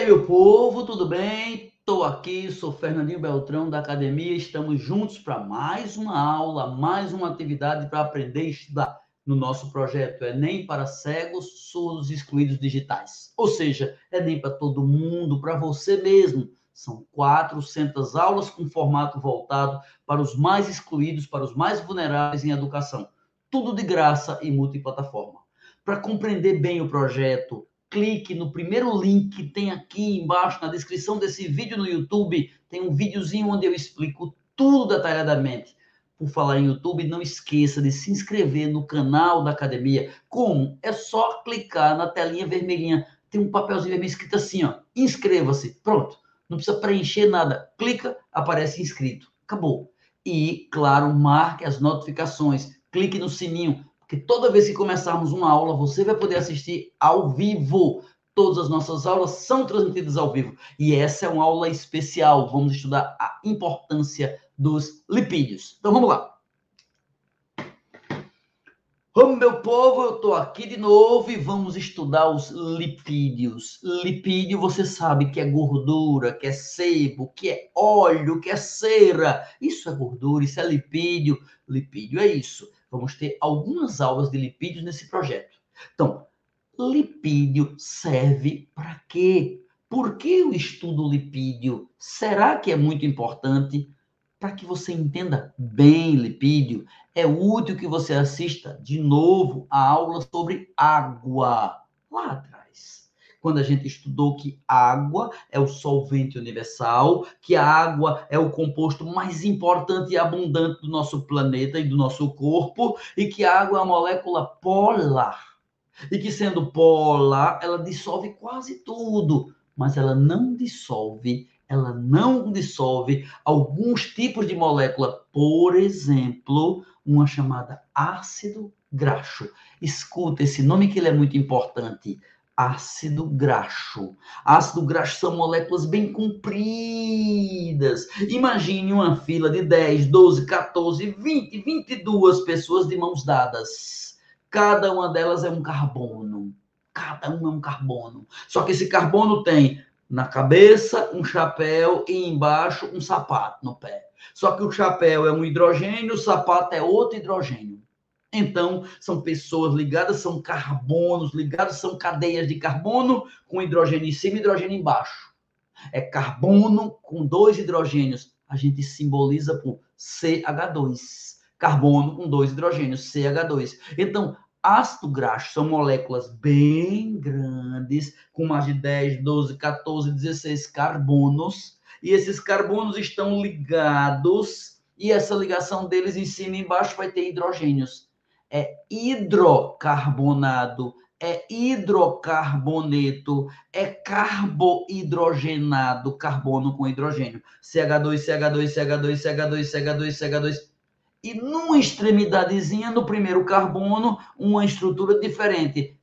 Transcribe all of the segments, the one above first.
meu povo, tudo bem? Estou aqui, sou Fernandinho Beltrão da academia. Estamos juntos para mais uma aula, mais uma atividade para aprender e estudar no nosso projeto Enem para cegos, surdos e excluídos digitais. Ou seja, Enem para todo mundo, para você mesmo. São 400 aulas com formato voltado para os mais excluídos, para os mais vulneráveis em educação. Tudo de graça e multiplataforma. Para compreender bem o projeto, clique no primeiro link que tem aqui embaixo na descrição desse vídeo no YouTube. Tem um videozinho onde eu explico tudo detalhadamente. Por falar em YouTube, não esqueça de se inscrever no canal da academia. Como? É só clicar na telinha vermelhinha. Tem um papelzinho vermelho escrito assim, ó. Inscreva-se. Pronto. Não precisa preencher nada. Clica, aparece inscrito. Acabou. E, claro, marque as notificações. Clique no sininho, porque toda vez que começarmos uma aula, você vai poder assistir ao vivo. Todas as nossas aulas são transmitidas ao vivo. E essa é uma aula especial. Vamos estudar a importância dos lipídios. Então, vamos lá. Vamos, meu povo, eu estou aqui de novo e vamos estudar os lipídios. Lipídio, você sabe que é gordura, que é sebo, que é óleo, que é cera. Isso é gordura, isso é lipídio. Lipídio é isso. Vamos ter algumas aulas de lipídios nesse projeto. Então, lipídio serve para quê? Por que eu estudo lipídio? Será que é muito importante? Para que você entenda bem lipídio, é útil que você assista de novo a aula sobre água, lá atrás. Quando a gente estudou que água é o solvente universal, que a água é o composto mais importante e abundante do nosso planeta e do nosso corpo, e que a água é uma molécula polar. E que sendo polar, ela dissolve quase tudo, mas ela não dissolve alguns tipos de molécula, por exemplo, uma chamada ácido graxo. Escuta esse nome que ele é muito importante. Ácido graxo. Ácido graxo são moléculas bem compridas. Imagine uma fila de 10, 12, 14, 20, 22 pessoas de mãos dadas. Cada uma delas é um carbono. Cada uma é um carbono. Só que esse carbono tem na cabeça um chapéu e embaixo um sapato no pé. Só que o chapéu é um hidrogênio, o sapato é outro hidrogênio. Então, são pessoas ligadas, são carbonos ligados, são cadeias de carbono com hidrogênio em cima e hidrogênio embaixo. É carbono com dois hidrogênios. A gente simboliza por CH2. Carbono com dois hidrogênios, CH2. Então, ácido graxo são moléculas bem grandes, com mais de 10, 12, 14, 16 carbonos, e esses carbonos estão ligados, e essa ligação deles em cima e embaixo vai ter hidrogênios. É hidrocarbonado, é hidrocarboneto, é carbohidrogenado, carbono com hidrogênio. CH2, CH2, CH2, CH2, CH2, CH2. E numa extremidadezinha, no primeiro carbono, uma estrutura diferente.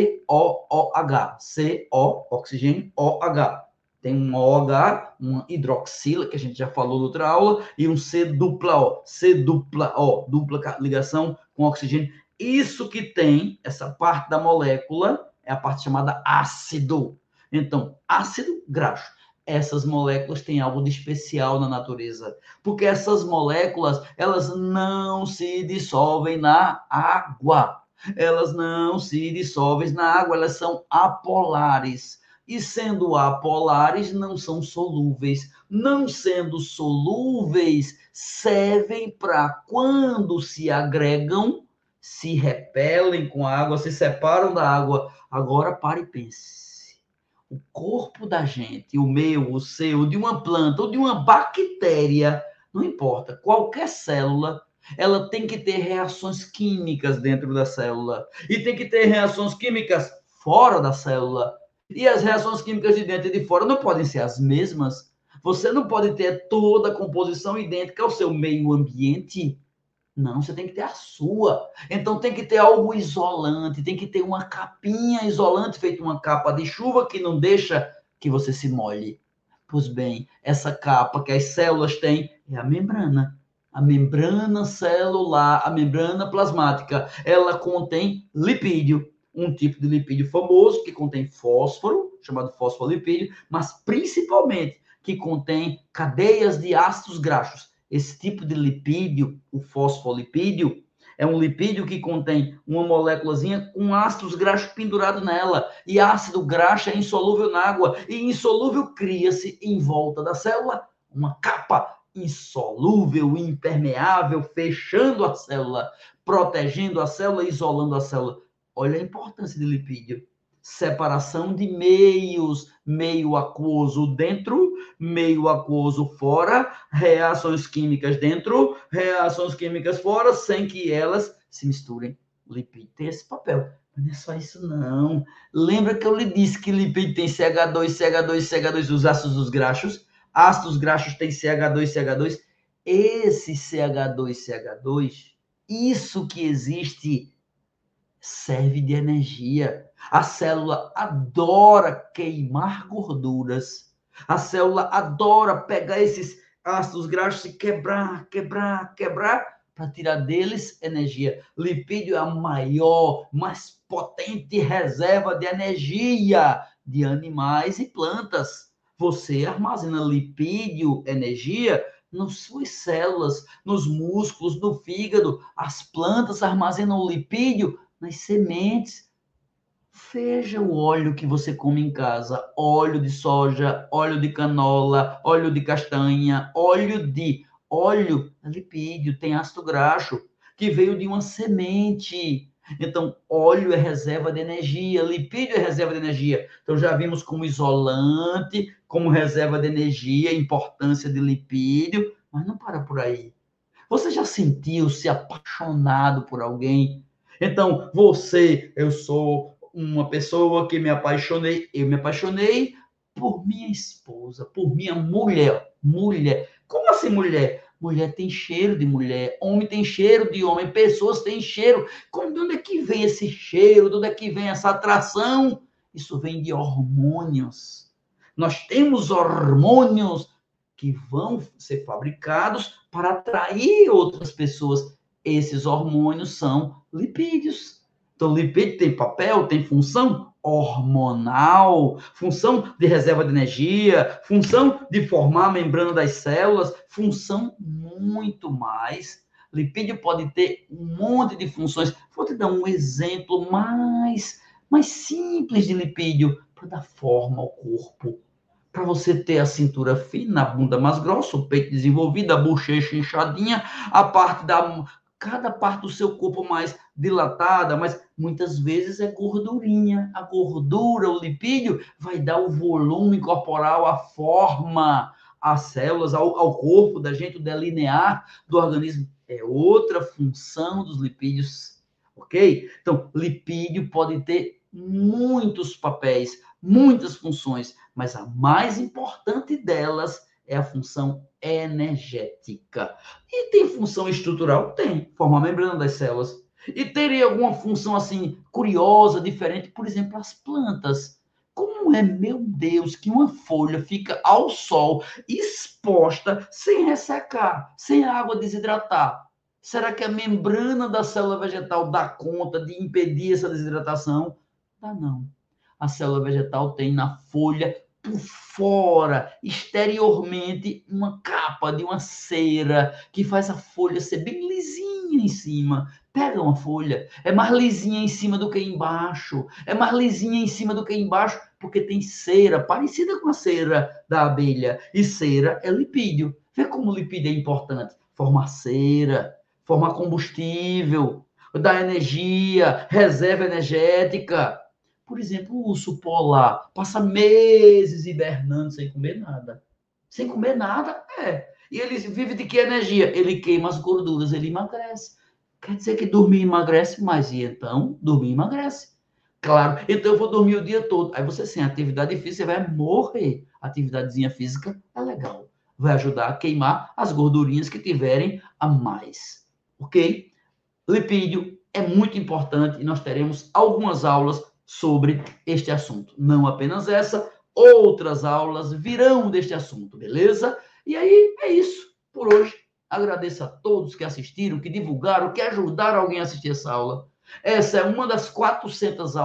COOH. CO, oxigênio, OH. Tem um OH, uma hidroxila, que a gente já falou na outra aula, e um C dupla O. C dupla O, dupla ligação com oxigênio. Isso que tem, essa parte da molécula, é a parte chamada ácido. Então, ácido graxo. Essas moléculas têm algo de especial na natureza, porque essas moléculas, elas não se dissolvem na água. Elas não se dissolvem na água, elas são apolares. E sendo apolares, não são solúveis. Não sendo solúveis, servem para quando se agregam, se repelem com a água, se separam da água. Agora pare e pense. O corpo da gente, o meu, o seu, de uma planta ou de uma bactéria, não importa, qualquer célula, ela tem que ter reações químicas dentro da célula e tem que ter reações químicas fora da célula. E as reações químicas de dentro e de fora não podem ser as mesmas. Você não pode ter toda a composição idêntica ao seu meio ambiente. Não, você tem que ter a sua. Então tem que ter algo isolante, tem que ter uma capinha isolante, feita uma capa de chuva que não deixa que você se molhe. Pois bem, essa capa que as células têm é a membrana. A membrana celular, a membrana plasmática, ela contém lipídio, um tipo de lipídio famoso que contém fósforo, chamado fosfolipídio, mas principalmente que contém cadeias de ácidos graxos. Esse tipo de lipídio, o fosfolipídio, é um lipídio que contém uma moléculazinha com ácidos graxos pendurado nela. E ácido graxo é insolúvel na água. E insolúvel cria-se em volta da célula uma capa insolúvel, impermeável, fechando a célula, protegendo a célula, isolando a célula. Olha a importância de lipídio. Separação de meios, meio aquoso dentro, meio aquoso fora, reações químicas dentro, reações químicas fora, sem que elas se misturem. O lipídio tem esse papel. Mas não é só isso, não. Lembra que eu lhe disse que lipídio tem CH2, CH2, CH2, os ácidos graxos? Ácidos graxos tem CH2, CH2. Esse CH2, CH2, isso que existe serve de energia. A célula adora queimar gorduras. A célula adora pegar esses ácidos graxos e quebrar para tirar deles energia. Lipídio é a maior, mais potente reserva de energia de animais e plantas. Você armazena lipídio, energia, nas suas células, nos músculos, no fígado. As plantas armazenam lipídio nas sementes. Veja o óleo que você come em casa: óleo de soja, óleo de canola, óleo de castanha, óleo é lipídio, tem ácido graxo, que veio de uma semente. Então, óleo é reserva de energia, lipídio é reserva de energia. Então, já vimos como isolante, como reserva de energia, a importância de lipídio, mas não para por aí. Você já sentiu-se apaixonado por alguém? Então, eu sou uma pessoa que eu me apaixonei por minha esposa, por minha mulher. Mulher. Como assim mulher? Mulher tem cheiro de mulher, homem tem cheiro de homem, pessoas têm cheiro. De onde é que vem esse cheiro? De onde é que vem essa atração? Isso vem de hormônios. Nós temos hormônios que vão ser fabricados para atrair outras pessoas. Esses hormônios são lipídios. Então, lipídio tem papel, tem função hormonal, função de reserva de energia, função de formar a membrana das células, função muito mais. Lipídio pode ter um monte de funções. Vou te dar um exemplo mais simples de lipídio para dar forma ao corpo. Para você ter a cintura fina, a bunda mais grossa, o peito desenvolvido, a bochecha inchadinha, cada parte do seu corpo mais dilatada, mas muitas vezes é gordurinha. A gordura, o lipídio, vai dar o volume corporal, a forma às células, ao corpo da gente, o delinear do organismo. É outra função dos lipídios, ok? Então, lipídio pode ter muitos papéis, muitas funções, mas a mais importante delas é a função energética. E tem função estrutural? Tem, formar a membrana das células. E teria alguma função assim curiosa, diferente? Por exemplo, as plantas. Como é, meu Deus, que uma folha fica ao sol, exposta, sem ressecar, sem a água desidratar? Será que a membrana da célula vegetal dá conta de impedir essa desidratação? Dá não. A célula vegetal tem na folha, por fora, exteriormente, uma capa de uma cera que faz a folha ser bem lisinha em cima. Pega uma folha, é mais lisinha em cima do que embaixo. É mais lisinha em cima do que embaixo, porque tem cera, parecida com a cera da abelha. E cera é lipídio. Vê como o lipídio é importante. Formar cera, formar combustível, dar energia, reserva energética. Por exemplo, o urso polar passa meses hibernando sem comer nada. Sem comer nada, E ele vive de que energia? Ele queima as gorduras, ele emagrece. Quer dizer que dormir emagrece, mas e então? Dormir emagrece. Claro, então eu vou dormir o dia todo. Aí você, sem atividade física, você vai morrer. Atividadezinha física é legal. Vai ajudar a queimar as gordurinhas que tiverem a mais. Ok? Lipídio é muito importante e nós teremos algumas aulas sobre este assunto. Não apenas essa, outras aulas virão deste assunto, beleza? E aí é isso por hoje. Agradeço a todos que assistiram, que divulgaram, que ajudaram alguém a assistir essa aula. Essa é uma das 400 aulas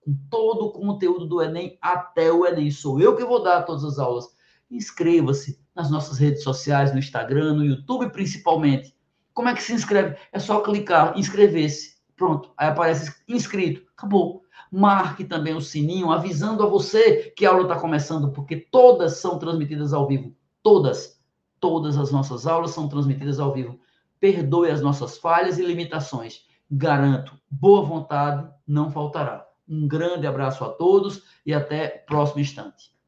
com todo o conteúdo do Enem até o Enem. Sou eu que vou dar todas as aulas. Inscreva-se nas nossas redes sociais, no Instagram, no YouTube principalmente. Como é que se inscreve? É só clicar, inscrever-se. Pronto, aí aparece inscrito. Acabou. Marque também o sininho, avisando a você que a aula está começando, porque todas são transmitidas ao vivo. Todas. Todas as nossas aulas são transmitidas ao vivo. Perdoe as nossas falhas e limitações. Garanto, boa vontade não faltará. Um grande abraço a todos e até o próximo instante.